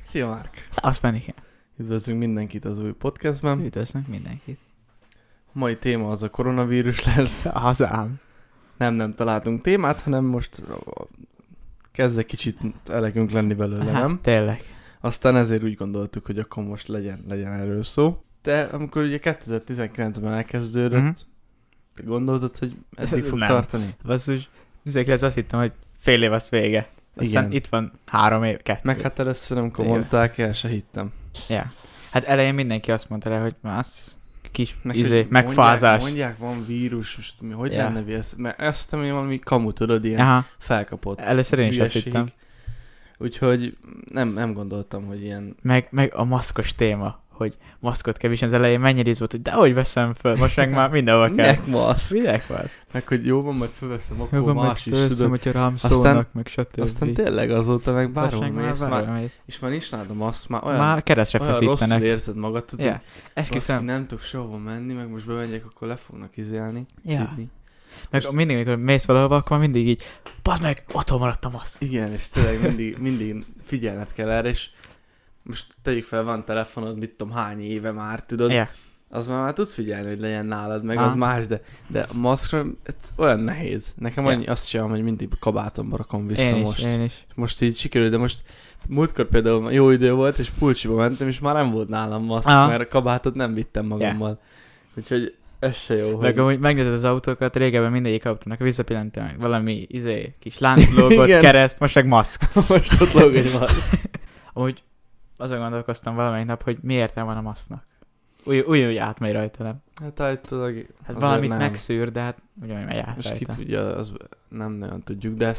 Szia, Márk! Szevasz, Penike! Üdvözlünk mindenkit az új podcastben. Üdvözlünk mindenkit. A mai téma az a koronavírus lesz. A hazám. Nem találtunk témát, hanem most kezd egy kicsit elegünk lenni belőle, Hát, nem? tényleg. Aztán ezért úgy gondoltuk, hogy akkor most legyen erről szó. De amikor ugye 2019-ben elkezdődött, te gondoltad, hogy eddig fog Nem. tartani? Basszus, 19 azt hittem, hogy fél év az vége. Aztán Igen. itt van 3 év, 2. Meg hát először, amikor Éve. mondták, el se hittem. Ja. Hát elején mindenki azt mondta rá, hogy az kis Meg, megfázás. Mondják, van vírus, most hogy Ja. lenne vírus? Mert ezt ami valami kamu, tudod, ilyen Aha, felkapott. először én is azt hülyeség. hittem. Úgyhogy nem gondoltam, hogy ilyen... Meg a maszkos téma, hogy maszkot kell viselni. Az elején mennyire íz volt, hogy dehogy veszem föl, most meg már mindenhol kell. Minek maszk? Minek van? Meg hogy jó van, majd fölveszem, akkor Jobban más is, megfőzöm, tudod. hogyha rám Aztán- szólnak, meg stb. Aztán tényleg azóta meg Most bárhol meg mész, bárhol már, mész. és már nincs nálad azt, már olyan, Már keresztre olyan rosszul feszítenek. érzed magad, tudod, Ja. hogy Esküszöm. nem tudok sehova menni, meg most bemegyek, akkor le fognak izélni, Ja. szidni. Meg Most- mindig, amikor mész valahova, akkor mindig így, bazd meg, otthon maradtam az. Igen, és tényleg mindig figyelned kell erre, és most tegyük fel, van telefonod, mit tudom, hány éve már, tudod, Ja. az már tudsz figyelni, hogy legyen nálad, meg Aha. az más, de a maszkra ez olyan nehéz. Nekem Ja. annyi, azt csinálom, hogy mindig kabátomba rakom vissza most. Én is. Most így sikerült, de most múltkor például jó idő volt, és pulcsiba mentem, és már nem volt nálam maszk, Aha. mert a kabátot nem vittem magammal. Úgyhogy ez se jó, Meg hogy... ahogy megnézed az autókat, régebben mindegyik autónak visszapillentem meg valami kis lánclógot, Igen. kereszt, most meg maszk. most ott lóg egy maszk. Amúgy azon gondolkoztam valamelyik nap, hogy mi értelme van a maszknak. Úgy átmegy rajta, nem? Hát állítólag Hát azért valamit nem. megszűr, de hát ugyanúgy megy át Most ki rajta. tudja, az nem nagyon tudjuk, de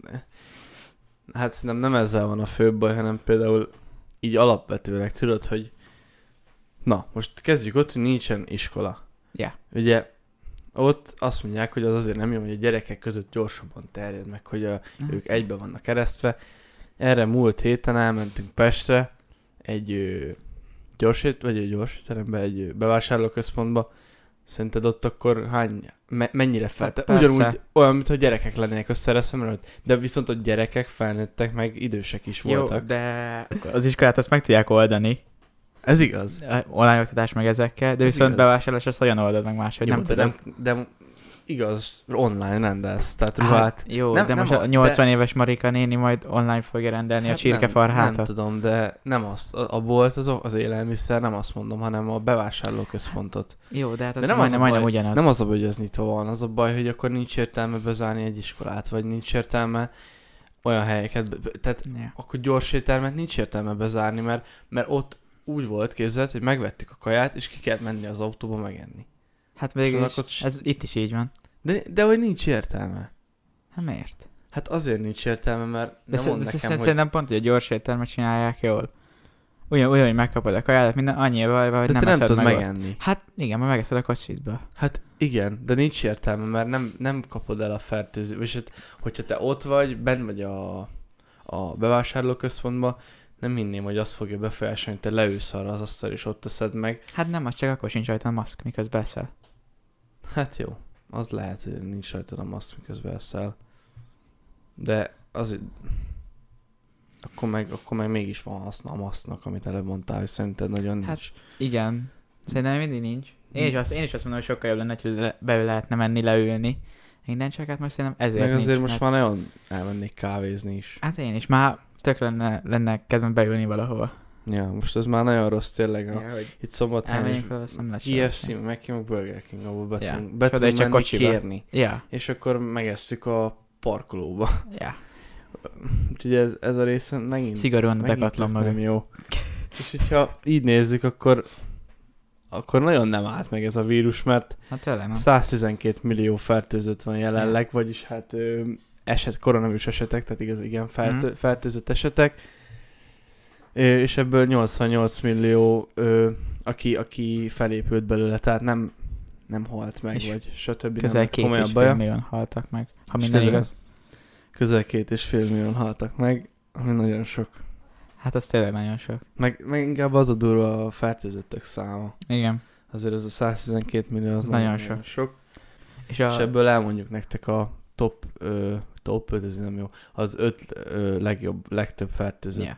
hát szerintem nem ezzel van a főbb baj, hanem például így alapvetőleg tudod, hogy na, most kezdjük ott, hogy nincsen iskola. Ja. Ugye ott azt mondják, hogy az azért nem jó, hogy a gyerekek között gyorsabban terjed meg, hogy ők egybe vannak keresztve. Erre múlt héten elmentünk Pestre egy gyorsétterembe, egy bevásárlóközpontba. Szerinted ott akkor mennyire Hát ugyanúgy olyan, mintha gyerekek lennének összereszve, mert de viszont ott gyerekek, felnőttek, meg idősek is Jó, voltak. de az iskolát azt meg tudják oldani. Ez igaz. Online oktatás meg ezekkel, de Ez viszont igaz. bevásárlás azt olyan oldod meg máshogy, Jó, nem de, tudom. de igaz, online rendelsz, tehát ruhát. Hát, jó, Nem- de nem most a- a 80 éves Marika néni majd online fogja rendelni a Nem csirkefarhátat. tudom, de nem azt, a bolt az élelmiszer, nem azt mondom, hanem a bevásárlóközpontot. Jó, de hát az De nem az a majdnem baj- ugyanaz. Nem az a baj, hogy ez nyitva van, az a baj, hogy akkor nincs értelme bezárni egy iskolát, vagy nincs értelme olyan helyeket, tehát Ja. akkor gyors éttermet nincs értelme bezárni, mert ott úgy volt, képzeld, hogy megvettük a kaját, és ki kellett menni az autóba megenni. Hát végül Szóval is, akkor ez itt is így van. De hogy nincs értelme. Hát miért? Hát azért nincs értelme, mert De nem mond nekem, hogy... szerintem pont, hogy a gyors éttermet csinálják jól. Olyan, hogy megkapod a kajádat, minden annyi baj, hogy de nem te nem eszed tudod meg. megenni. Hát igen, mert megeszed a kocsidba. Hát igen, de nincs értelme, mert nem kapod el a fertőzést. És hát, hogyha te ott vagy, benn vagy a bevásárlóközpontban, nem hinném, hogy azt fogja befolyásolni, hogy te leülsz arra az asztal, és ott teszed meg. Hát nem, az csak akkor sincs rajta a maszk, miközben eszel. Hát jó, az lehet, hogy nincs rajtad a maszk, miközben eszel. De azért... Akkor meg mégis van haszna a maszknak, amit előbb mondtál, hogy szerinted nagyon nincs. Hát, igen. Szerintem mindig nincs. Én is azt mondom, hogy sokkal jobb lenne, hogy belül lehetne menni, leülni. Minden csak hát most szerintem ezért meg azért nincs, most már nagyon elmennék kávézni is. Hát én is. Már tök lenne kedvem beülni valahova. Ja, most ez már nagyon rossz tényleg. hogy Itt Szombathelyen is elmenjünk fel, azt nem lesz KFC, semmi. meg ki, meg Burger King, ahol be Ja. tudunk Oda csak menni kocsiba. kérni. Ja, És akkor megesztük a parkolóba. ja. Úgyhogy ez a része megint Szigorúan a megint Decathlon tök maga. nem jó. És hogyha így nézzük, akkor nagyon nem állt meg ez a vírus, mert Hát tényleg nem. 112 millió fertőzött van jelenleg, vagyis hát koronavírus esetek, tehát igen, fertőzött esetek. És ebből 88 millió, aki felépült belőle, tehát nem halt meg, És vagy stb. Közel Nem komolyabb 2,5 baja. millióan haltak meg, ha És minden igaz. Közel 2,5 millióan haltak meg, ami nagyon sok. Hát az tényleg nagyon sok. Meg inkább az a durva a fertőzöttek száma. Igen. Azért az a 112 millió az Az nagyon sok. És És ebből elmondjuk nektek a top 5, ez nem jó, az 5 legtöbb fertőzött Ja.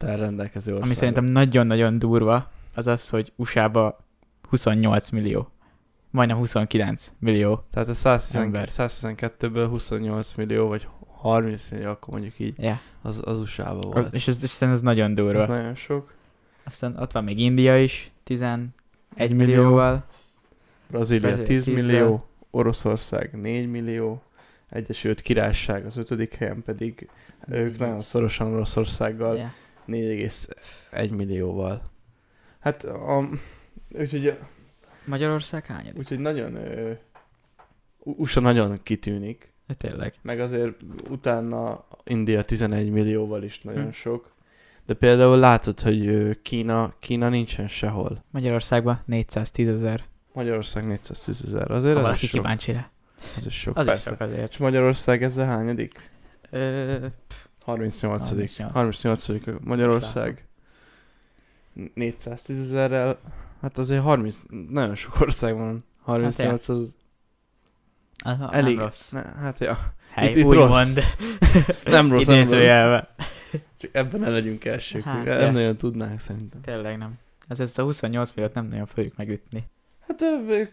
területtel rendelkező országok. Ami szerintem nagyon-nagyon durva, az az, hogy USA-ba 28 millió. Majdnem 29 millió. Tehát a 112-ből 28 millió, vagy 30 millió, akkor mondjuk így, Yeah. az USA-ba volt. És szerintem ez nagyon durva. Ez nagyon sok. Aztán ott van még India is, 11 millió. millióval. Brazília 10 millió, Oroszország 4 millió, Egyesült Királyság az 5. helyen pedig ők nagyon szorosan Oroszországgal Yeah. 4,1 millióval. Hát úgyhogy Magyarország hányad? úgyhogy nagyon USA nagyon kitűnik, Tényleg. meg azért utána India 11 millióval is nagyon sok. De például látod, hogy Kína nincsen sehol. Magyarországban 410 000. Magyarország 410 000, azért Ha ez valaki is sok. kíváncsi rá. Ez is sok, Az is persze. sok azért. És Magyarország ezzel hányadik? 38. 38. Magyarország. 410 000-rel. Hát azért 30, nagyon sok ország van. 38 az elég. Nem rossz. Hát ja. Hely, Itt úgy rossz. mond. Nem rossz, nem rossz. Idézőjelbe. Csak ebben ne legyünk elsők. Hát, Nem ja. nagyon tudnánk szerintem. Tényleg nem. Ezt a 28 milliót nem nagyon fogjuk megütni. Hát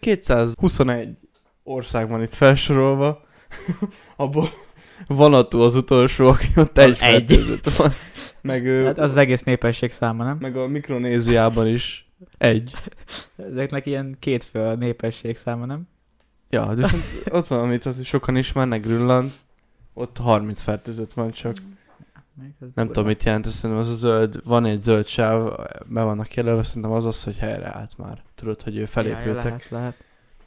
221 ország van itt felsorolva. Abból Vanuatu az utolsó, aki ott egy fertőzött van. Meg, Hát az egész népesség száma, nem? meg a Mikronéziában is egy. Ezeknek ilyen 2 fő a népesség száma, nem? Ja, de viszont ott van, amit az sokan ismernek, Grönland. Ott 30 fertőzött van csak. Nem tudom, mit jelent, azt szerintem az a zöld, van egy zöld sáv, be vannak jelölve, szerintem az, hogy helyreállt már. Tudod, hogy ő felépültek. Ja, lehet.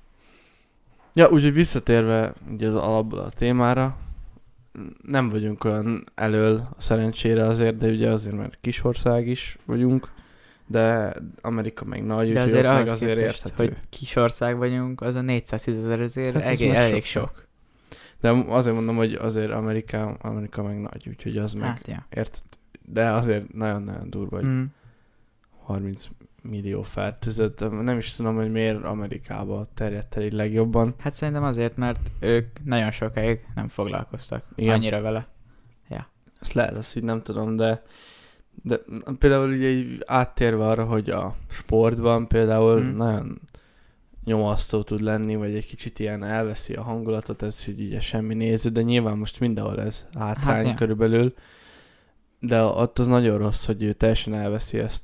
Ja, úgyhogy visszatérve ugye az alapból a témára, nem vagyunk olyan elől a szerencsére azért, de ugye azért, mert kis ország is vagyunk, de Amerika meg nagy, De úgyhogy azért, meg az azért képest, érthető. hogy kis ország vagyunk, az a 410 000 azért Hát ez elég meg sok. De azért mondom, hogy azért Amerika meg nagy, úgyhogy az meg Hát, ja. érted. De azért nagyon-nagyon durva, hogy 30 millió fertőzött. Nem is tudom, hogy miért Amerikába terjedt el így legjobban. Hát szerintem azért, mert ők nagyon sokáig nem foglalkoztak annyira vele. Ezt lehet, azt így nem tudom, de például ugye így áttérve arra, hogy a sportban például nagyon nyomasztó tud lenni, vagy egy kicsit ilyen elveszi a hangulatot, ez így semmi néző, de nyilván most mindenhol ez hátrány körülbelül. De ott az nagyon rossz, hogy ő teljesen elveszi ezt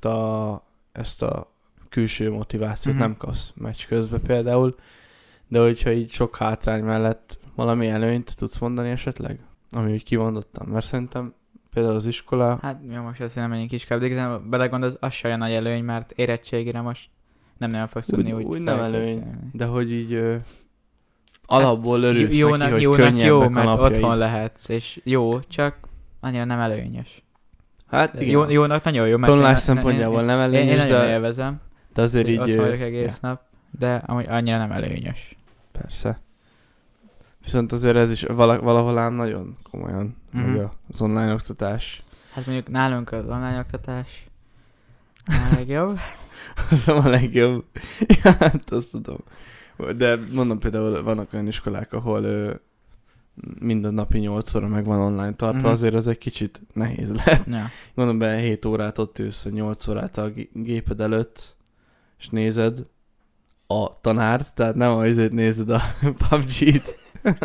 a külső motivációt, nem kapsz meccs közben például. De hogyha így sok hátrány mellett valami előnyt tudsz mondani esetleg? Ami úgy kimondottam, mert szerintem például az iskola... Hát jó, most azt nem menjünk kiskább, de igazából belegondolsz, az se olyan nagy előny, mert érettségére most nem nagyon fogsz tudni úgy nem előny, de hogy így alapból örülsz jónak, neki, hogy jónak könnyebbek jó, a mert napjaid. otthon lehetsz, és jó, csak annyira nem előnyös. Hát de igen. Jónak nagyon jó, mert tanulás szempontjából nem előnyös, én nagyon élvezem, de azért így... Otthon vagyok egész nap, de annyira nem előnyös. Persze. Viszont azért ez is valahol ám nagyon komolyan, hogy az online oktatás. Hát mondjuk nálunk az online oktatás a legjobb. Az a legjobb. Ja, hát azt tudom. De mondom például vannak olyan iskolák, ahol minden napi 8 óra meg van online tartva, azért az egy kicsit nehéz lehet. Ja. Mondom, be 7 órát ott ülsz, vagy 8 órát a géped előtt, és nézed a tanárt, tehát nem azért nézed a PUBG-t.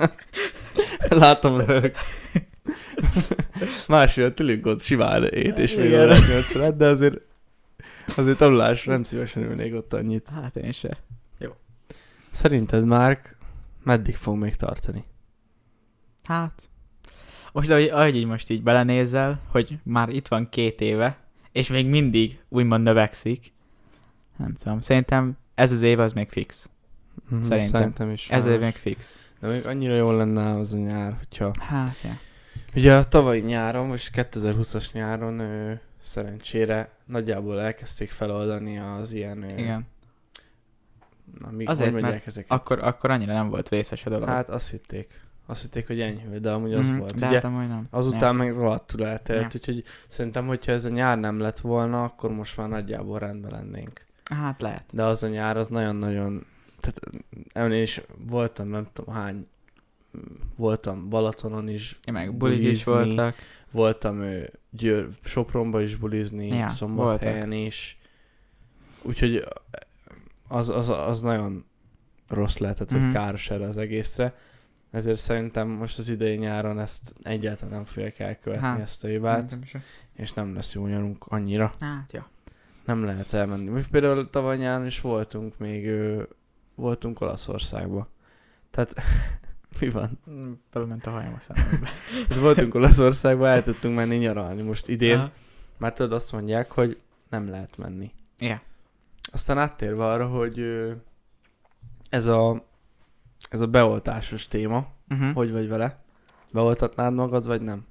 Látom, röhögsz. Másfél tülünk ott simán 7,5 órát, 8 órát, de azért tanulásra nem szívesen ülnék ott annyit. Hát én se. Jó. Szerinted, Márk, meddig fog még tartani? Hát, most ahogy így most így belenézel, hogy már itt van 2 éve, és még mindig úgymond növekszik. Nem tudom, szerintem ez az év az még fix. Szerintem is. Ez az év még fix. De még annyira jól lenne az a nyár, hogyha... Hát, ja. Ugye a tavalyi nyáron, most 2020-as nyáron szerencsére nagyjából elkezdték feloldani az ilyen... Igen. Azért, mert akkor annyira nem volt vészes a dolog. Hát azt hitték, hogy enyhül, de amúgy az volt. De ugye, hát amúgy nem. Azután meg rohadtul eltelt, úgyhogy szerintem, hogyha ez a nyár nem lett volna, akkor most már nagyjából rendben lennénk. Hát lehet. De az a nyár az nagyon-nagyon... Tehát én is voltam, nem tudom hány voltam Balatonon is Meg bulik is voltak. Voltam Sopronba is bulizni, Szombathelyen is. Úgyhogy az nagyon rossz lehetett, vagy káros erre az egészre. Ezért szerintem most az idei nyáron ezt egyáltalán nem fogják elkövetni, ezt a hibát. És nem lesz jó nyarunk annyira. Hát, jó. Nem lehet elmenni. Most például tavaly nyáron is voltunk Olaszországba. Tehát mi van? Belement a hajam a szemembe. Voltunk Olaszországba, el tudtunk menni nyaralni. Most idén már tudod, azt mondják, hogy nem lehet menni. Yeah. Aztán áttérve arra, hogy ez a beoltásos téma, hogy vagy vele? Beoltatnád magad, vagy nem?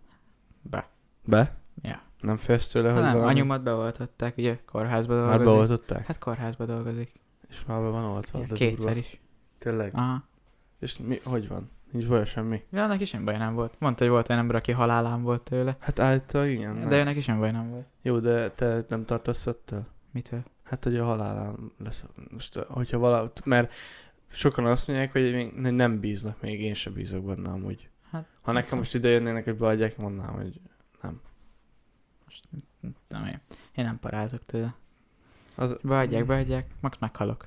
Be? Ja. Nem félsz tőle, hogy nem, valami? anyumat beoltatták, ugye kórházba dolgozik. Már beoltották? Hát kórházba dolgozik. És már be van oltva? Ja, kétszer is. Tényleg? Aha. És hogy van? Nincs baj semmi? Ja, neki sem baj nem volt. Mondta, hogy volt olyan ember, aki halálán volt tőle. Hát állítólag igen. De ő neki sem baj nem volt. Jó, de te nem tartasz ettől? Mitől? Hát, hogy a halálán lesz. Most, hogyha valahogy, mert sokan azt mondják, hogy nem bíznak még, én sem bízok benne amúgy. Hát, ha nekem most ide jönnének, hogy beadják, mondanám, hogy nem. Most nem én nem parázok tőle. Beadják, max meghalok.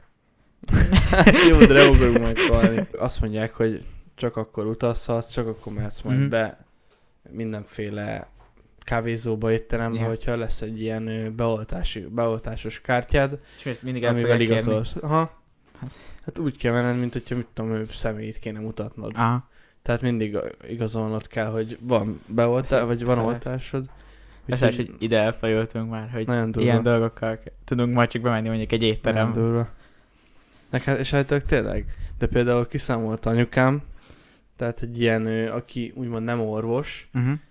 Jó, de nem akarunk meghalni. Azt mondják, hogy csak akkor utazhatsz, csak akkor mehetsz majd be mindenféle kávézóba, étterembe, hogyha lesz egy ilyen beoltásos kártyád, és ezt mindig amivel igazolsz. Aha. Hát úgy kell menned, mint hogyha mit tudom, személyt kéne mutatnod. Aha. Tehát mindig igazolnod kell, hogy van vagy van oltásod. Úgyhogy hogy ide elfajoltunk már, hogy ilyen dolgokkal tudunk majd csak bemenni mondjuk egy étterem. Nagyon durva. És hát tényleg. De például kiszámolt anyukám, tehát egy ilyen, aki úgymond nem orvos,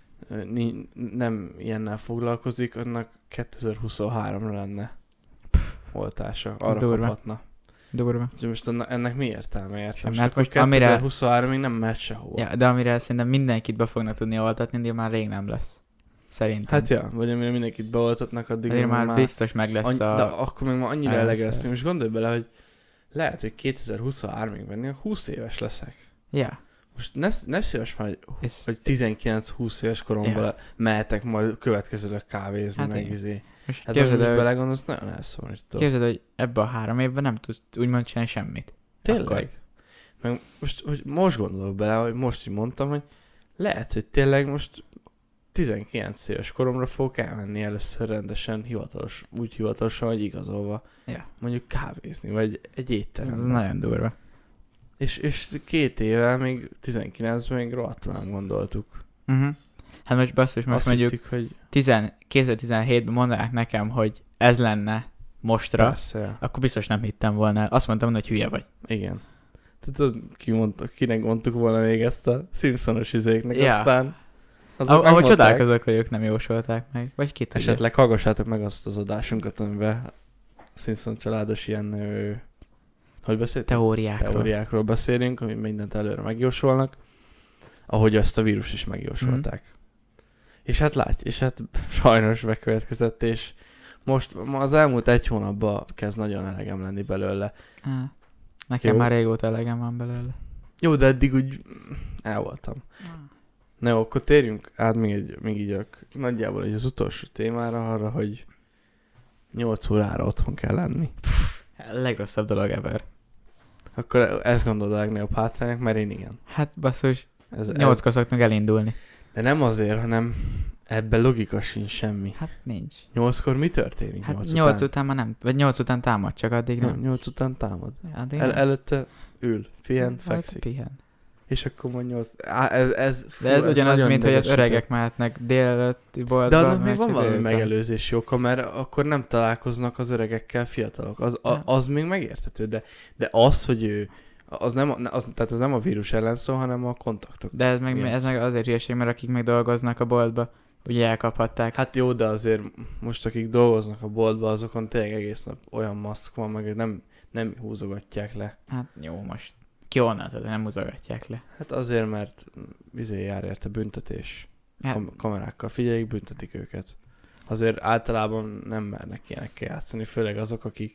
nem ilyennel foglalkozik, annak 2023-ra lenne oltása. Arra kaphatna. Durva. Most ennek mi értelme? Hát most 2023-ig nem mehet sehova. Ja, de amire szerintem mindenkit be fognak tudni oltatni, de már rég nem lesz. Szerintem. Hát ja, vagy amire mindenkit beoltatnak, addig már biztos meg lesz de akkor meg már annyira elege lesz. Most gondolj bele, hogy lehet, hogy 2023-ig venni, 20 éves leszek. Ja. Most ne szíves már, hogy 19-20 éves koromban mehetek majd következőleg kávézni, hát meg izé. Ez most belegondolsz, nagyon elszomorító. Képzeld, hogy ebben a 3 évben nem tudsz úgymond csinálni semmit. Tényleg? Meg most gondolok bele, hogy most így mondtam, hogy lehet, hogy tényleg most 19 éves koromra fogok elmenni először rendesen, úgy hivatalosan, hogy igazolva. Ja. Mondjuk kávézni, vagy egy étteremben. Ez nagyon durva. És 2 éve, még 19-ben még rohadtul nem gondoltuk. Hát most basszus, most mondjuk hittük, hogy 2017-ben mondanák nekem, hogy ez lenne mostra, persze. Akkor biztos nem hittem volna. Azt mondtam, hogy hülye vagy. Igen. Tudod, kinek mondtuk volna még ezt a Simpsonos izéknek, aztán ahogy csodálkozok, hogy ők nem jósolták meg. Vagy ki tudja. Esetleg hallgassátok meg azt az adásunkat, amiben a Simpson családos ilyen hogy beszéltünk? Teóriákról beszélünk, ami mindent előre megjósolnak, ahogy ezt a vírus is megjósolták. És hát sajnos bekövetkezett, és most az elmúlt 1 hónapban kezd nagyon elegem lenni belőle. Nekem már régóta elegem van belőle. Jó, de eddig úgy el voltam. Na jó, akkor térjünk át még így nagyjából az utolsó témára arra, hogy 8 órára otthon kell lenni. A legrosszabb dolog ever. Akkor ezt gondolod a legnagyobb hátránynak, mert én igen. Hát basszus, 8-kor szoktunk elindulni. De nem azért, hanem ebben logika sincs semmi. Hát nincs. 8-kor mi történik? Hát 8 után már nem, vagy 8 után támad, csak addig nem. 8 után támad. Előtte ül, pihen, fekszik. Pihen. És akkor majd 8... Ez ugyanaz, mint hogy az öregek mehetnek délelőtti boltba. De aznak még van valami megelőzési oka, mert akkor nem találkoznak az öregekkel fiatalok. Az még megérthető, de az, hogy ő... Tehát ez nem a vírus ellen szól, hanem a kontaktok. De ez meg azért hülyeség, mert akik meg dolgoznak a boltba, ugye elkaphatták. Hát jó, de azért most akik dolgoznak a boltba, azokon tényleg egész nap olyan maszk van, meg nem húzogatják le. Hát jó, most ki onnan tudod, nem húzogatják le. Hát azért, mert jár érte büntetés. Kamerákkal figyeljük, büntetik őket. Azért általában nem mernek ilyenekkel játszani, főleg azok, akik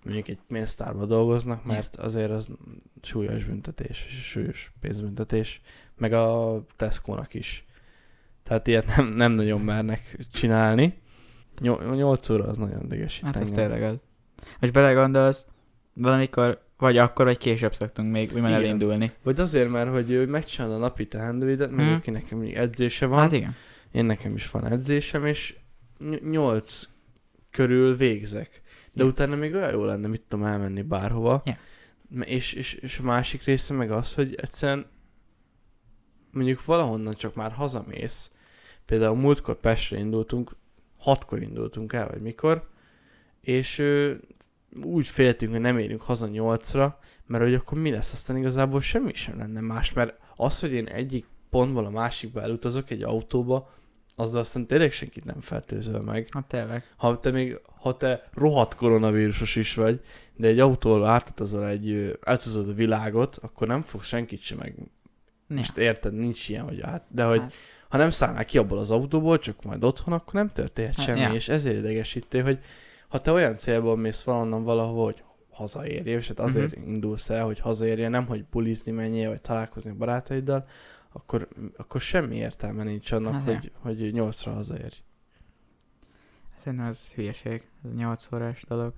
mondjuk egy pénztárban dolgoznak, mert azért az súlyos büntetés, súlyos pénzbüntetés, meg a Tesco-nak is. Tehát ilyet nem nagyon mernek csinálni. 8 óra az nagyon idegesít. Hát ez tényleg az. Most belegondolsz, valamikor, vagy akkor, vagy később szoktunk még úgymond elindulni. Vagy azért, mert hogy megcsinálod a napi teendőidet, meg aki nekem edzése van. Hát igen. Én nekem is van edzésem, és 8 körül végzek. De utána még olyan jó lenne, mit tudom, elmenni bárhova. És a másik része meg az, hogy egyszerűen mondjuk valahonnan csak már hazamész. Például múltkor Pestre indultunk, 6-kor indultunk el, vagy mikor, és úgy féltünk, hogy nem érünk haza 8-ra, mert hogy akkor mi lesz, aztán igazából semmi sem lenne más, mert az, hogy én egyik pontból a másikba elutazok egy autóba, azzal aztán tényleg senkit nem fertőzöl meg. Hát tényleg. Ha te rohadt koronavírusos is vagy, de egy autóval átutazod a világot, akkor nem fogsz senkit sem meg. Most érted, nincs ilyen, hogy de hogy ha nem szállnál ki abból az autóból, csak majd otthon, akkor nem történhet semmi, és ezért idegesítő, hogy ha te olyan célból mész valonnan valahol, hogy hazaérjél, és hát azért indulsz el, hogy hazaérjél, nem hogy bulizni menjél, vagy találkozni barátaiddal, akkor semmi értelme nincs annak, hogy 8-ra hazaérj. Szerintem ez hülyeség, ez a 8 órás dolog.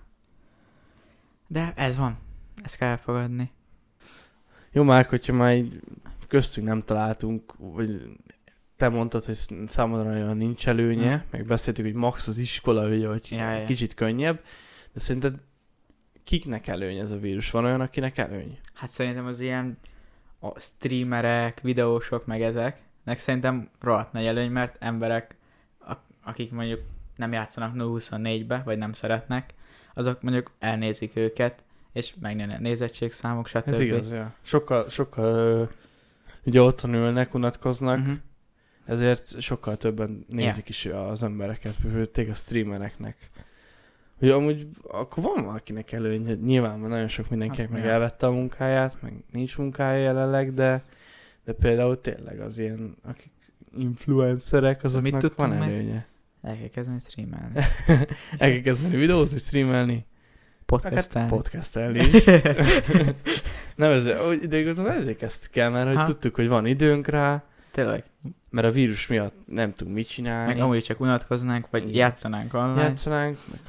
De ez van, ezt kell elfogadni. Jó, Márk, hogyha már így köztünk nem találtunk, vagy te mondtad, hogy számodra olyan nincs előnye, meg beszéltük, hogy max az iskola, hogy kicsit könnyebb, de szerinted kiknek előny ez a vírus? Van olyan, akinek előny? Hát szerintem az ilyen a streamerek, videósok, meg ezeknek szerintem rohadt nagy előny, mert emberek, akik mondjuk nem játszanak 0-24-be, vagy nem szeretnek, azok mondjuk elnézik őket, és megnőne a nézettségszámok, stb. Ez igaz, ja. Sokkal ugye otthon ülnek, unatkoznak, ezért sokkal többen nézik is az embereket, például a streamereknek. Hogy amúgy akkor van valakinek előny, nyilván nagyon sok mindenkinek meg elvette a munkáját, meg nincs munkája jelenleg, de például tényleg az ilyen, akik influencerek, azoknak van előnye. El kell kezdeni streamelni. El kell kezdeni videózni, streamelni. Podcastelni is. Nem de igazából ezért kezdtük el, mert hogy tudtuk, hogy van időnk rá. Tényleg. Mert a vírus miatt nem tudunk mit csinálni. Meg amúgy csak unatkoznánk, vagy játszanánk online. Meg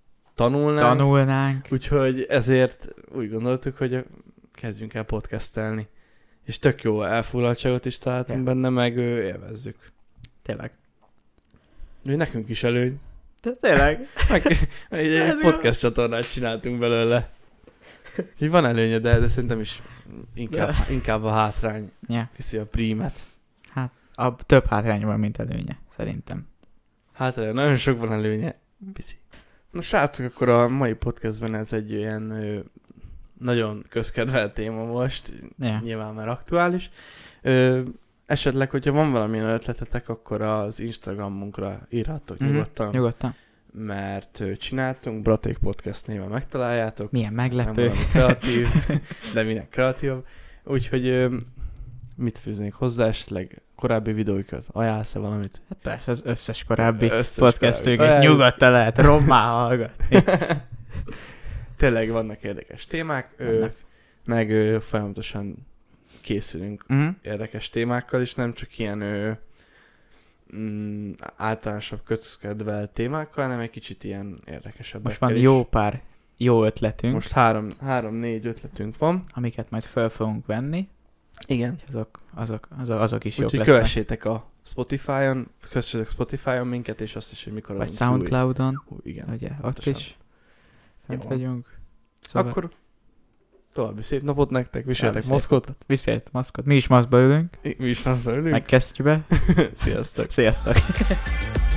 tanulnánk. Úgyhogy ezért úgy gondoltuk, hogy kezdjünk el podcastelni. És tök jó elfoglaltságot is találtunk benne, meg élvezzük. Tényleg. Úgyhogy nekünk is előny. De tényleg. Egy podcast csatornát csináltunk belőle. Úgyhogy van előnye, de szerintem is inkább a hátrány viszi a prímet. Hát több hátrány van, mint előnye, szerintem. Hátrány, nagyon sok van előnye. Pici. Na srácok, akkor a mai podcastben ez egy ilyen nagyon közkedvelt téma most, nyilván már aktuális. Esetleg, hogyha van valamilyen ötletetek, akkor az Instagramunkra írhattok nyugodtan. Mert csináltunk, Braték Podcast néven megtaláljátok. Milyen meglepő. Nem valami kreatív, de minek kreatívabb. Úgyhogy mit fűznék hozzá, esetleg korábbi videóikat ajánlsz-e valamit? Hát persze, az összes korábbi podcastünket nyugodtan lehet rommá hallgatni. Tényleg vannak érdekes témák, meg folyamatosan készülünk érdekes témákkal, és nem csak ilyen általánosabb közkedvelt témákkal, hanem egy kicsit ilyen érdekesebbekkel. Most van jó pár jó ötletünk. Most 3-4 ötletünk van. Amiket majd fel fogunk venni. Igen. Azok is jók lesznek. Úgyhogy kövessétek a Spotify-on minket, és azt is, hogy mikor vagy Soundcloud-on. Igen. Ugye, ott is fent vagyunk. Szóval... Akkor további szép napot nektek, viseljetek maszkot. Viseljetek maszkot. Mi is maszkba ülünk. Mi is maszkba ülünk. Meg kesztyűbe. Sziasztok. Sziasztok.